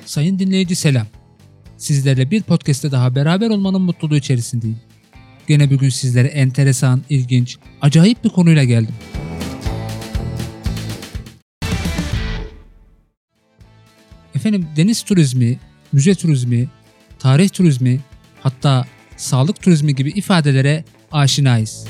Sayın dinleyici selam. Sizlerle bir podcast'te daha beraber olmanın mutluluğu içerisindeyim. Gene bugün sizlere enteresan, ilginç, acayip bir konuyla geldim. Efendim deniz turizmi, müze turizmi, tarih turizmi, hatta sağlık turizmi gibi ifadelere aşinayız.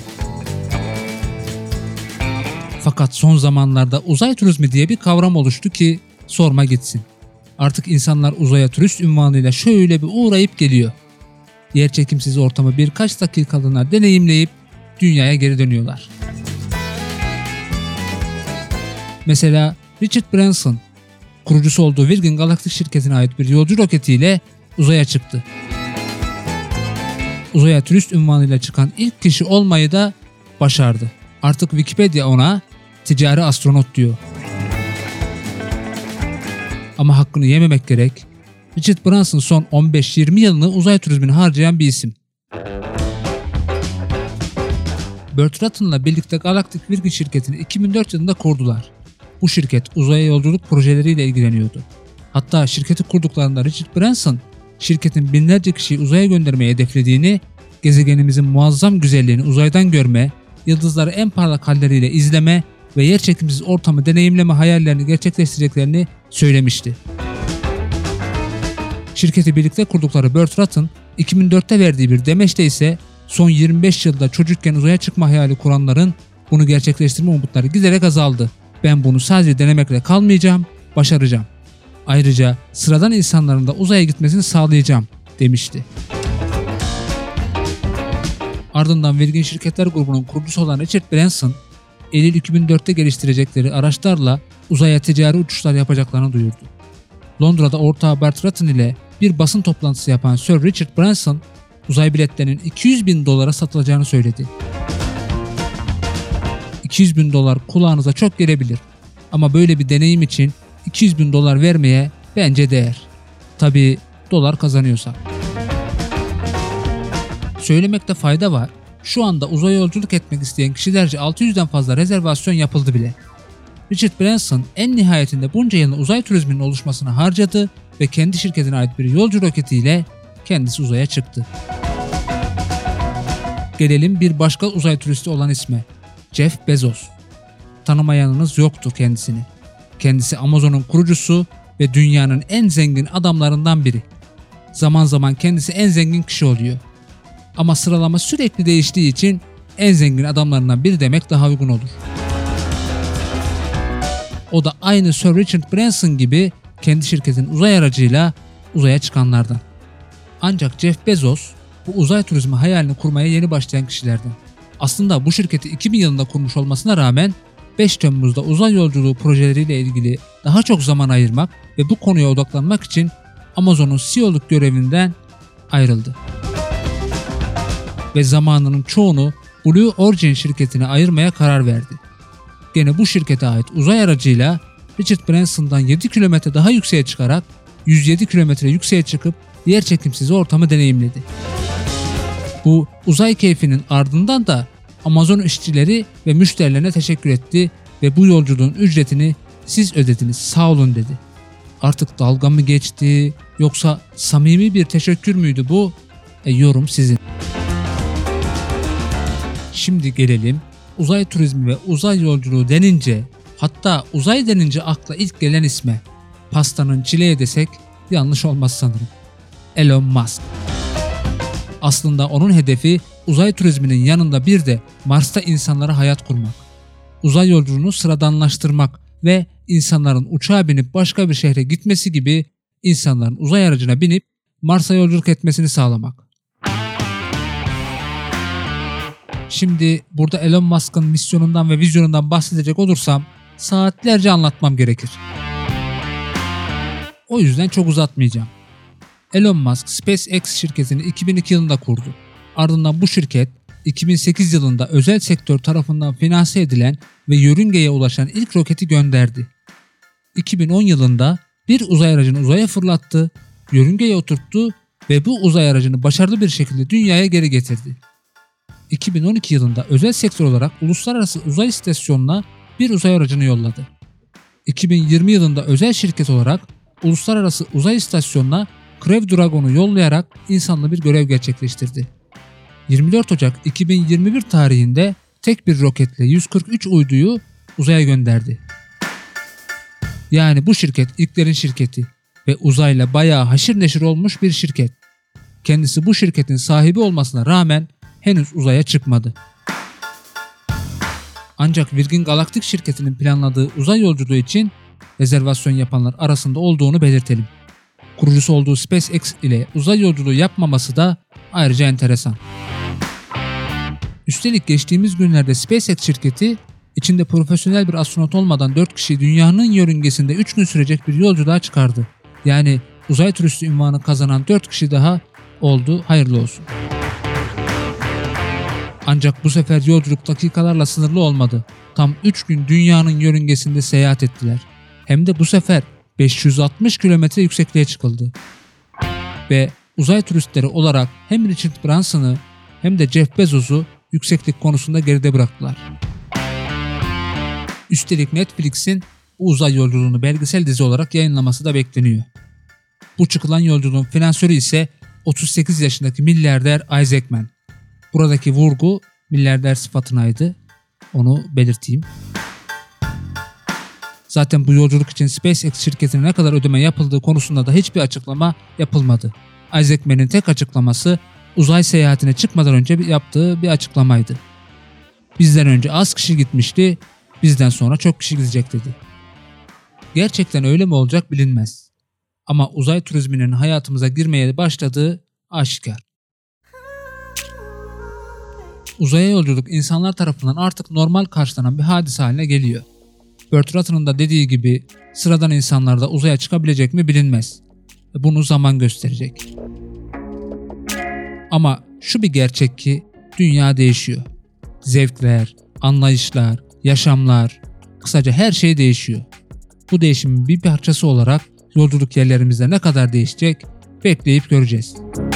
Fakat son zamanlarda uzay turizmi diye bir kavram oluştu ki sorma gitsin. Artık insanlar uzaya turist unvanıyla şöyle bir uğrayıp geliyor. Yerçekimsiz ortamı birkaç dakikalığına deneyimleyip dünyaya geri dönüyorlar. Mesela Richard Branson, kurucusu olduğu Virgin Galactic şirketine ait bir yolcu roketiyle uzaya çıktı. Uzaya turist unvanıyla çıkan ilk kişi olmayı da başardı. Artık Wikipedia ona ticari astronot diyor. Ama hakkını yememek gerek. Richard Branson son 15-20 yılını uzay turizmine harcayan bir isim. Burt Rutten'la birlikte Galactic Virgin şirketini 2004 yılında kurdular. Bu şirket uzaya yolculuk projeleriyle ilgileniyordu. Hatta şirketi kurduklarında Richard Branson, şirketin binlerce kişiyi uzaya göndermeyi hedeflediğini, gezegenimizin muazzam güzelliğini uzaydan görme, yıldızları en parlak halleriyle izleme ve yerçekimsiz ortamı deneyimleme hayallerini gerçekleştireceklerini söylemişti. Şirketi birlikte kurdukları Burt Rutten, 2004'te verdiği bir demeçte ise son 25 yılda çocukken uzaya çıkma hayali kuranların bunu gerçekleştirme umutları giderek azaldı. Ben bunu sadece denemekle kalmayacağım, başaracağım. Ayrıca sıradan insanların da uzaya gitmesini sağlayacağım demişti. Ardından Virgin Şirketler grubunun kurucusu olan Richard Branson, Eylül 2004'te geliştirecekleri araçlarla uzaya ticari uçuşlar yapacaklarını duyurdu. Londra'da ortağı Burt Rutten ile bir basın toplantısı yapan Sir Richard Branson, uzay biletlerinin $200.000 satılacağını söyledi. $200.000 kulağınıza çok gelebilir ama böyle bir deneyim için $200.000 vermeye bence değer. Tabii dolar kazanıyorsa. Söylemekte fayda var. Şu anda uzaya yolculuk etmek isteyen kişilerce 600'den fazla rezervasyon yapıldı bile. Richard Branson en nihayetinde bunca yılın uzay turizminin oluşmasına harcadı ve kendi şirketine ait bir yolcu roketiyle kendisi uzaya çıktı. Gelelim bir başka uzay turisti olan isme. Jeff Bezos. Tanımayanınız yoktur kendisini. Kendisi Amazon'un kurucusu ve dünyanın en zengin adamlarından biri. Zaman zaman kendisi en zengin kişi oluyor. Ama sıralama sürekli değiştiği için en zengin adamlarından biri demek daha uygun olur. O da aynı Sir Richard Branson gibi kendi şirketinin uzay aracıyla uzaya çıkanlardan. Ancak Jeff Bezos bu uzay turizmi hayalini kurmaya yeni başlayan kişilerden. Aslında bu şirketi 2000 yılında kurmuş olmasına rağmen 5 Temmuz'da uzay yolculuğu projeleriyle ilgili daha çok zaman ayırmak ve bu konuya odaklanmak için Amazon'un CEO'luk görevinden ayrıldı. Ve zamanının çoğunu Blue Origin şirketine ayırmaya karar verdi. Gene bu şirkete ait uzay aracıyla Richard Branson'dan 7 kilometre daha yükseğe çıkarak 107 kilometre yükseğe çıkıp yerçekimsiz ortamı deneyimledi. Bu uzay keyfinin ardından da Amazon işçileri ve müşterilerine teşekkür etti ve bu yolculuğun ücretini siz ödediniz, sağ olun dedi. Artık dalga mı geçti yoksa samimi bir teşekkür müydü bu? Yorum sizin. Şimdi gelelim uzay turizmi ve uzay yolculuğu denince, hatta uzay denince akla ilk gelen isme. Pastanın çileği desek yanlış olmaz sanırım. Elon Musk. Aslında onun hedefi uzay turizminin yanında bir de Mars'ta insanlara hayat kurmak. Uzay yolculuğunu sıradanlaştırmak ve insanların uçağa binip başka bir şehre gitmesi gibi insanların uzay aracına binip Mars'a yolculuk etmesini sağlamak. Şimdi burada Elon Musk'ın misyonundan ve vizyonundan bahsedecek olursam saatlerce anlatmam gerekir. O yüzden çok uzatmayacağım. Elon Musk SpaceX şirketini 2002 yılında kurdu. Ardından bu şirket 2008 yılında özel sektör tarafından finanse edilen ve yörüngeye ulaşan ilk roketi gönderdi. 2010 yılında bir uzay aracını uzaya fırlattı, yörüngeye oturttu ve bu uzay aracını başarılı bir şekilde dünyaya geri getirdi. 2012 yılında özel sektör olarak Uluslararası Uzay İstasyonu'na bir uzay aracını yolladı. 2020 yılında özel şirket olarak Uluslararası Uzay İstasyonu'na Crew Dragon'u yollayarak insanlı bir görev gerçekleştirdi. 24 Ocak 2021 tarihinde tek bir roketle 143 uyduyu uzaya gönderdi. Yani bu şirket ilklerin şirketi ve uzayla bayağı haşır neşir olmuş bir şirket. Kendisi bu şirketin sahibi olmasına rağmen henüz uzaya çıkmadı. Ancak Virgin Galactic şirketinin planladığı uzay yolculuğu için rezervasyon yapanlar arasında olduğunu belirtelim. Kurucusu olduğu SpaceX ile uzay yolculuğu yapmaması da ayrıca enteresan. Üstelik geçtiğimiz günlerde SpaceX şirketi içinde profesyonel bir astronot olmadan 4 kişi dünyanın yörüngesinde 3 gün sürecek bir yolculuğa çıkardı. Yani uzay turisti unvanı kazanan 4 kişi daha oldu, hayırlı olsun. Ancak bu sefer yolculuk dakikalarla sınırlı olmadı. Tam 3 gün dünyanın yörüngesinde seyahat ettiler. Hem de bu sefer 560 kilometre yüksekliğe çıkıldı. Ve uzay turistleri olarak hem Richard Branson'ı hem de Jeff Bezos'u yükseklik konusunda geride bıraktılar. Üstelik Netflix'in bu uzay yolculuğunu belgesel dizi olarak yayınlaması da bekleniyor. Bu çıkılan yolculuğun finansörü ise 38 yaşındaki milyarder Isaac Mann. Buradaki vurgu milyarder sıfatınaydı. Onu belirteyim. Zaten bu yolculuk için SpaceX şirketine ne kadar ödeme yapıldığı konusunda da hiçbir açıklama yapılmadı. Isaac Mann'in tek açıklaması uzay seyahatine çıkmadan önce yaptığı bir açıklamaydı. Bizden önce az kişi gitmişti, bizden sonra çok kişi gidecek dedi. Gerçekten öyle mi olacak bilinmez. Ama uzay turizminin hayatımıza girmeye başladığı aşikar. Uzaya yolculuk insanlar tarafından artık normal karşılanan bir hadise haline geliyor. Burt Rutan'ın da dediği gibi sıradan insanlar da uzaya çıkabilecek mi bilinmez. Bunu zaman gösterecek. Ama şu bir gerçek ki dünya değişiyor. Zevkler, anlayışlar, yaşamlar, kısaca her şey değişiyor. Bu değişimin bir parçası olarak yolculuk yerlerimizde ne kadar değişecek bekleyip göreceğiz.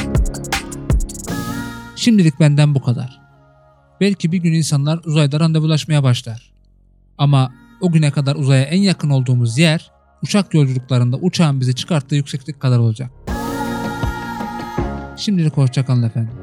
Şimdilik benden bu kadar. Belki bir gün insanlar uzayda randevulaşmaya başlar. Ama o güne kadar uzaya en yakın olduğumuz yer uçak yolculuklarında uçağın bizi çıkarttığı yükseklik kadar olacak. Şimdilik hoşça kalın efendim.